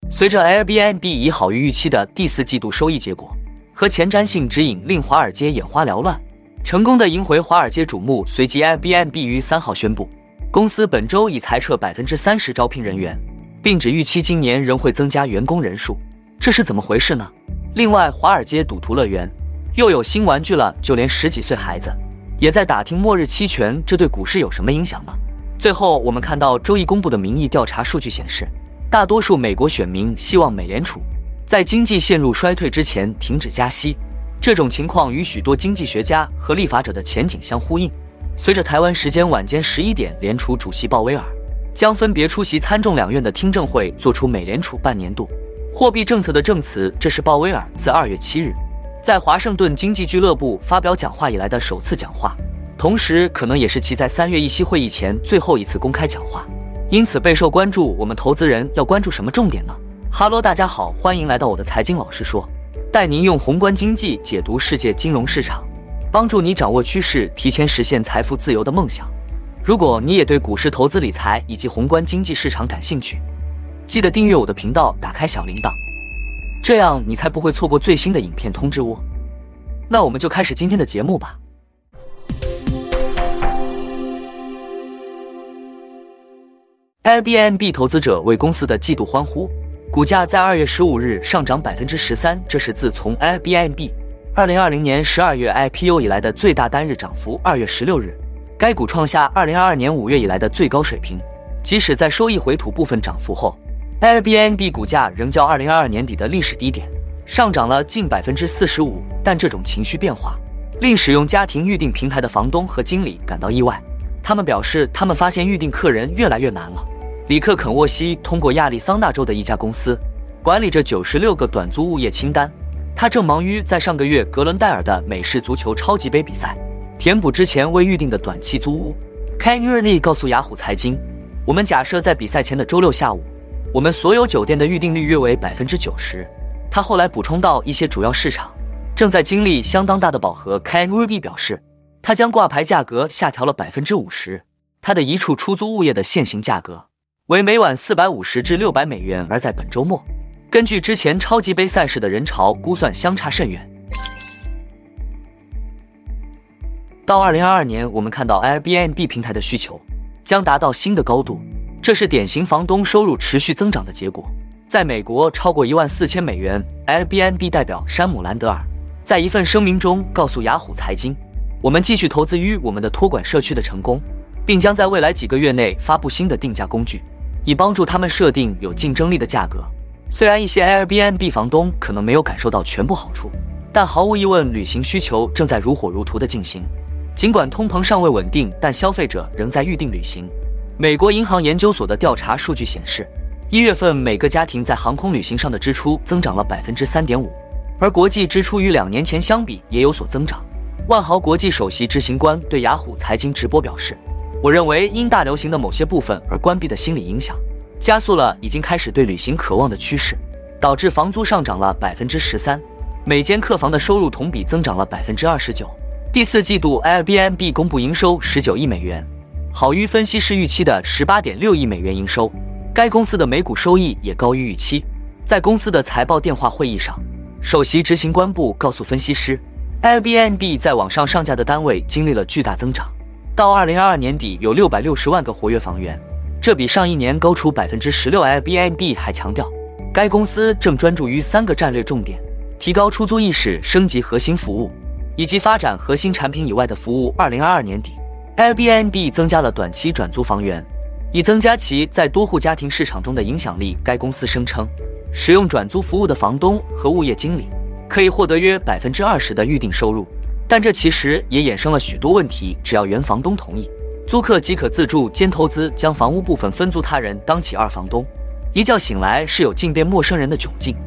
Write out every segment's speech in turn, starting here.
随着 Airbnb 以好于预期的第4季度收益结果和前瞻性指引令华尔街眼花缭乱，成功的赢回华尔街瞩目。随即 Airbnb 于3号宣布，公司本周已裁撤30%招聘人员，并只预期今年仍会增加员工人数。这是怎么回事呢？另外，华尔街赌徒乐园又有新玩具了，就连10几岁孩子也在打听末日期权，这对股市有什么影响呢？最后，我们看到周一公布的民意调查数据显示，大多数美国选民希望美联储在经济陷入衰退之前停止加息。这种情况与许多经济学家和立法者的前景相呼应。随着台湾时间晚间11点，联储主席鲍威尔将分别出席参众两院的听证会，做出美联储半年度货币政策的证词。这是鲍威尔自2月7日在华盛顿经济俱乐部发表讲话以来的首次讲话，同时可能也是其在3月议息会议前最后一次公开讲话，因此备受关注。我们投资人要关注什么重点呢？哈喽，大家好，欢迎来到我的财经老师说，带您用宏观经济解读世界金融市场，帮助你掌握趋势，提前实现财富自由的梦想。如果你也对股市投资理财以及宏观经济市场感兴趣，记得订阅我的频道，打开小铃铛，这样你才不会错过最新的影片通知哦。那我们就开始今天的节目吧。Airbnb 投资者为公司的季度欢呼，股价在2月15日上涨 13%， 这是自从 Airbnb 2020年12月 IPO 以来的最大单日涨幅。2月16日，该股创下2022年5月以来的最高水平。即使在收益回吐部分涨幅后， Airbnb 股价仍较2022年底的历史低点上涨了近 45%， 但这种情绪变化令使用家庭预订平台的房东和经理感到意外。他们表示，他们发现预订客人越来越难了。里克·肯沃西通过亚利桑那州的一家公司管理着96个短租物业清单，他正忙于在上个月格伦戴尔的美式足球超级杯比赛填补之前未预定的短期租屋。Ken Early 告诉雅虎财经，我们假设在比赛前的周六下午，我们所有酒店的预订率约为 90%。 他后来补充到，一些主要市场正在经历相当大的饱和。Ken Early 表示，他将挂牌价格下调了 50%， 他的一处出租物业的现行价格为每晚450至600美元，而在本周末，根据之前超级杯赛事的人潮估算，相差甚远。到2022年，我们看到 Airbnb 平台的需求将达到新的高度，这是典型房东收入持续增长的结果。在美国，超过14000美元。Airbnb 代表山姆·兰德尔在一份声明中告诉雅虎财经，我们继续投资于我们的托管社区的成功，并将在未来几个月内发布新的定价工具，以帮助他们设定有竞争力的价格。虽然一些 Airbnb 房东可能没有感受到全部好处，但毫无疑问，旅行需求正在如火如荼地进行。尽管通膨尚未稳定，但消费者仍在预订旅行。美国银行研究所的调查数据显示，1月份每个家庭在航空旅行上的支出增长了 3.5%， 而国际支出与2年前相比也有所增长。万豪国际首席执行官对雅虎财经直播表示，我认为因大流行的某些部分而关闭的心理影响，加速了已经开始对旅行渴望的趋势，导致房租上涨了 13%， 每间客房的收入同比增长了 29%。 第4季度 Airbnb 公布营收19亿美元，好于分析师预期的 18.6亿美元营收。该公司的每股收益也高于预期。在公司的财报电话会议上，首席执行官部告诉分析师， Airbnb 在网上上架的单位经历了巨大增长，到2022年底有660万个活跃房源，这比上一年高出 16%。 Airbnb 还强调，该公司正专注于3个战略重点：提高出租意识、升级核心服务以及发展核心产品以外的服务。2022年底， Airbnb 增加了短期转租房源，以增加其在多户家庭市场中的影响力。该公司声称，使用转租服务的房东和物业经理可以获得约 20% 的预订收入，但这其实也衍生了许多问题。只要原房东同意，租客即可自住兼投资，将房屋部分分租他人，当起二房东。一觉醒来是有近变陌生人的窘境。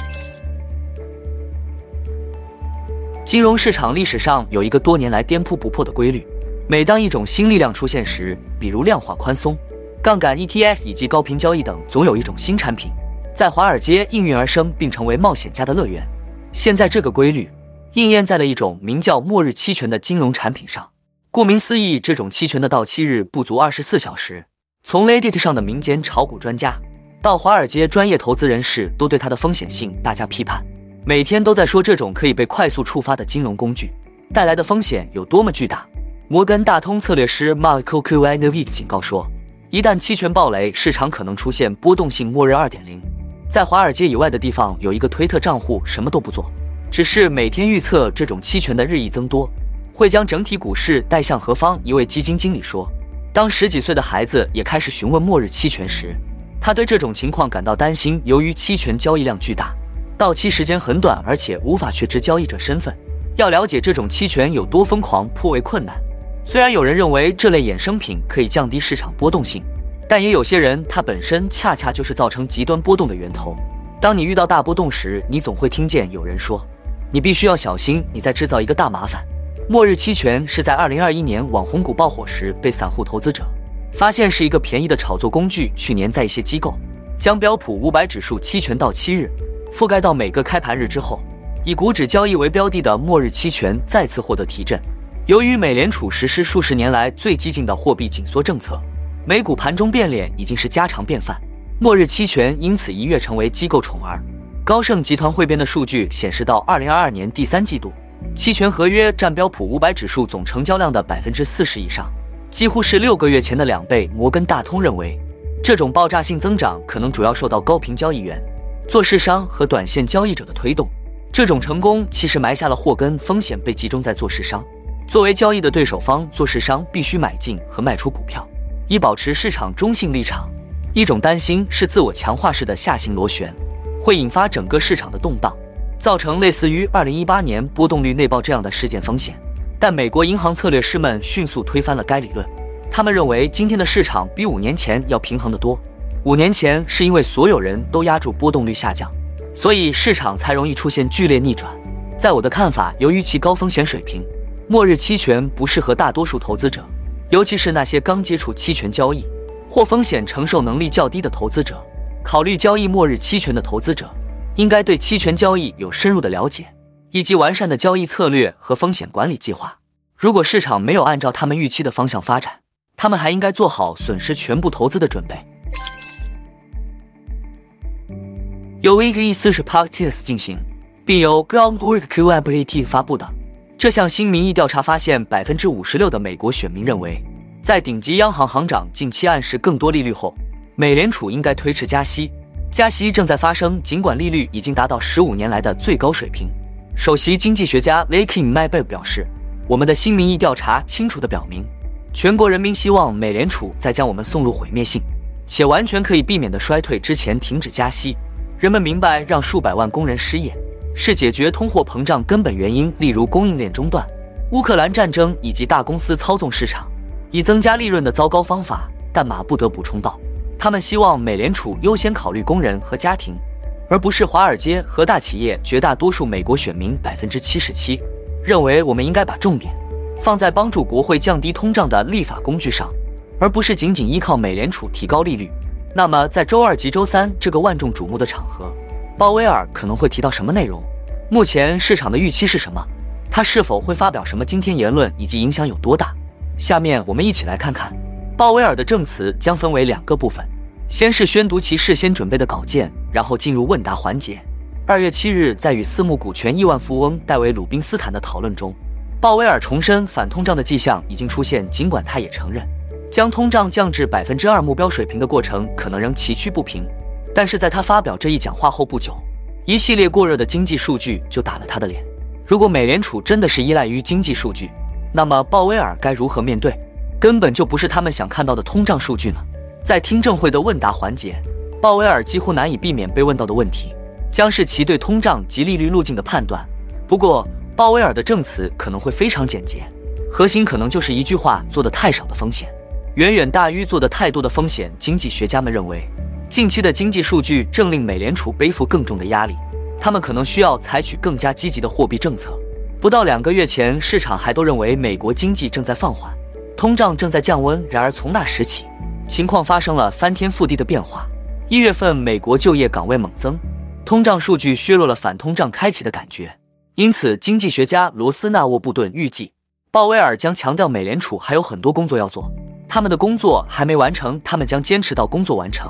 金融市场历史上有一个多年来颠扑不破的规律，每当一种新力量出现时，比如量化宽松、杠杆 ETF 以及高频交易等，总有一种新产品在华尔街应运而生，并成为冒险家的乐园。现在这个规律应验在了一种名叫末日期权的金融产品上。顾名思义，这种期权的到期日不足24小时。从 Reddit 上的民间炒股专家到华尔街专业投资人士都对它的风险性大加批判，每天都在说这种可以被快速触发的金融工具带来的风险有多么巨大。摩根大通策略师 Marco Kuinovic 警告说，一旦期权暴雷，市场可能出现波动性末日 2.0。 在华尔街以外的地方有一个推特账户什么都不做，只是每天预测这种期权的日益增多会将整体股市带向何方。一位基金经理说，当10几岁的孩子也开始询问末日期权时，他对这种情况感到担心。由于期权交易量巨大，到期时间很短，而且无法确知交易者身份，要了解这种期权有多疯狂颇为困难。虽然有人认为这类衍生品可以降低市场波动性，但也有些人它本身恰恰就是造成极端波动的源头。当你遇到大波动时，你总会听见有人说，你必须要小心，你在制造一个大麻烦。末日期权是在2021年网红股爆火时被散户投资者发现是一个便宜的炒作工具。去年在一些机构将标普500指数期权到期日覆盖到每个开盘日之后，以股指交易为标的的末日期权再次获得提振。由于美联储实施数十年来最激进的货币紧缩政策，美股盘中变脸已经是家常便饭，末日期权因此一跃成为机构宠儿。高盛集团汇编的数据显示，到2022年第3季度，期权合约占标普500指数总成交量的40%以上，几乎是6个月前的2倍。摩根大通认为，这种爆炸性增长可能主要受到高频交易员、做市商和短线交易者的推动。这种成功其实埋下了祸根，风险被集中在做市商。作为交易的对手方，做市商必须买进和卖出股票，以保持市场中性立场。一种担心是自我强化式的下行螺旋会引发整个市场的动荡，造成类似于2018年波动率内爆这样的事件风险。但美国银行策略师们迅速推翻了该理论，他们认为今天的市场比5年前要平衡得多。5年前是因为所有人都压住波动率下降，所以市场才容易出现剧烈逆转。在我的看法，由于其高风险水平，末日期权不适合大多数投资者，尤其是那些刚接触期权交易或风险承受能力较低的投资者。考虑交易末日期权的投资者应该对期权交易有深入的了解，以及完善的交易策略和风险管理计划。如果市场没有按照他们预期的方向发展，他们还应该做好损失全部投资的准备。由一个意思是 Parties 进行，并由 Groundwork QAPT 发布的。这项新民意调查发现 56% 的美国选民认为，在顶级央行行长近期暗示更多利率后，美联储应该推迟加息。加息正在发生，尽管利率已经达到15年来的最高水平。首席经济学家 Lakin Maybe 表示，我们的新民意调查清楚地表明，全国人民希望美联储在将我们送入毁灭性且完全可以避免的衰退之前停止加息。人们明白让数百万工人失业是解决通货膨胀根本原因，例如供应链中断、乌克兰战争以及大公司操纵市场以增加利润的糟糕方法。但马不得补充道，他们希望美联储优先考虑工人和家庭，而不是华尔街和大企业。绝大多数美国选民77%认为我们应该把重点放在帮助国会降低通胀的立法工具上，而不是仅仅依靠美联储提高利率。那么在周二及周三这个万众瞩目的场合，鲍威尔可能会提到什么内容？目前市场的预期是什么？他是否会发表什么惊天言论，以及影响有多大？下面我们一起来看看。鲍威尔的证词将分为2个部分，先是宣读其事先准备的稿件，然后进入问答环节。2月7日，在与私募股权亿万富翁戴维·鲁宾斯坦的讨论中，鲍威尔重申反通胀的迹象已经出现，尽管他也承认将通胀降至2%目标水平的过程可能仍崎岖不平。但是在他发表这一讲话后不久，一系列过热的经济数据就打了他的脸。如果美联储真的是依赖于经济数据，那么鲍威尔该如何面对？根本就不是他们想看到的通胀数据呢。在听证会的问答环节，鲍威尔几乎难以避免被问到的问题将是其对通胀及利率路径的判断。不过鲍威尔的证词可能会非常简洁，核心可能就是一句话：做得太少的风险远远大于做得太多的风险。经济学家们认为，近期的经济数据正令美联储背负更重的压力，他们可能需要采取更加积极的货币政策。不到2个月前，市场还都认为美国经济正在放缓，通胀正在降温。然而从那时起，情况发生了翻天覆地的变化。1月份，美国就业岗位猛增，通胀数据削弱了反通胀开启的感觉。因此，经济学家罗斯纳沃布顿预计，鲍威尔将强调美联储还有很多工作要做，他们的工作还没完成，他们将坚持到工作完成。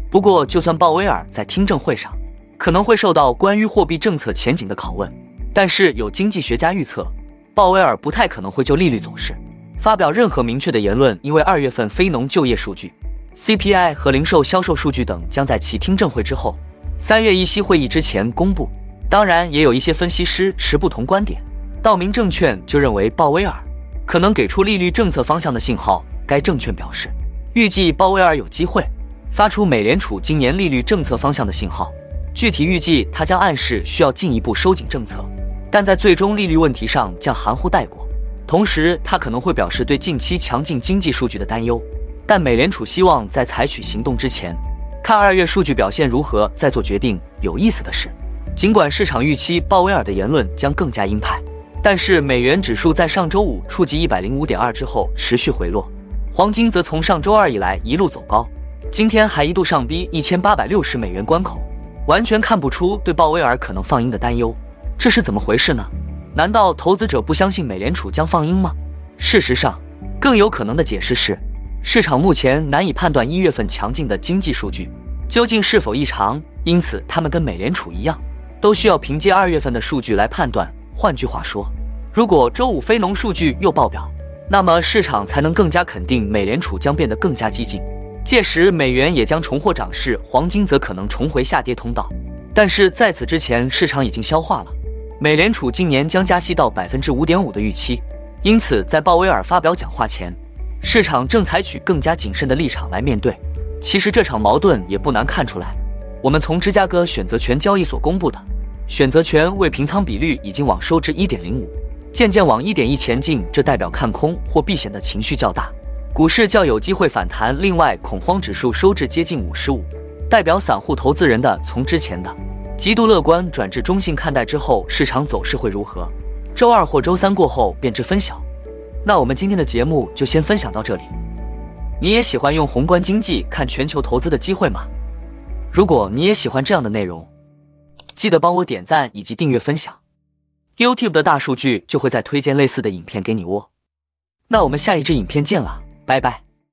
不过，就算鲍威尔在听证会上可能会受到关于货币政策前景的拷问，但是有经济学家预测，鲍威尔不太可能会就利率走势发表任何明确的言论，因为2月份非农就业数据、CPI 和零售销售数据等将在其听证会之后3月议息会议之前公布。当然，也有一些分析师持不同观点。道明证券就认为鲍威尔可能给出利率政策方向的信号。该证券表示，预计鲍威尔有机会发出美联储今年利率政策方向的信号，具体预计他将暗示需要进一步收紧政策，但在最终利率问题上将含糊带过。同时，他可能会表示对近期强劲经济数据的担忧，但美联储希望在采取行动之前，看2月数据表现如何再做决定。有意思的是，尽管市场预期鲍威尔的言论将更加鹰派，但是美元指数在上周五触及105.2之后持续回落，黄金则从上周二以来一路走高，今天还一度上逼1860美元关口，完全看不出对鲍威尔可能放鹰的担忧。这是怎么回事呢？难道投资者不相信美联储将放鹰吗？事实上，更有可能的解释是，市场目前难以判断1月份强劲的经济数据究竟是否异常，因此他们跟美联储一样，都需要凭借2月份的数据来判断。换句话说，如果周五非农数据又爆表，那么市场才能更加肯定美联储将变得更加激进，届时美元也将重获涨势，黄金则可能重回下跌通道。但是在此之前，市场已经消化了美联储今年将加息到 5.5% 的预期，因此在鲍威尔发表讲话前，市场正采取更加谨慎的立场来面对。其实这场矛盾也不难看出来，我们从芝加哥选择权交易所公布的选择权未平仓比率已经往收至 1.05， 渐渐往 1.1 前进，这代表看空或避险的情绪较大，股市较有机会反弹。另外，恐慌指数收至接近55，代表散户投资人的从之前的极度乐观转至中性看待之后，市场走势会如何？周二或周三过后便知分晓。那我们今天的节目就先分享到这里。你也喜欢用宏观经济看全球投资的机会吗？如果你也喜欢这样的内容，记得帮我点赞以及订阅分享， YouTube 的大数据就会再推荐类似的影片给你哦。那我们下一支影片见了，拜拜。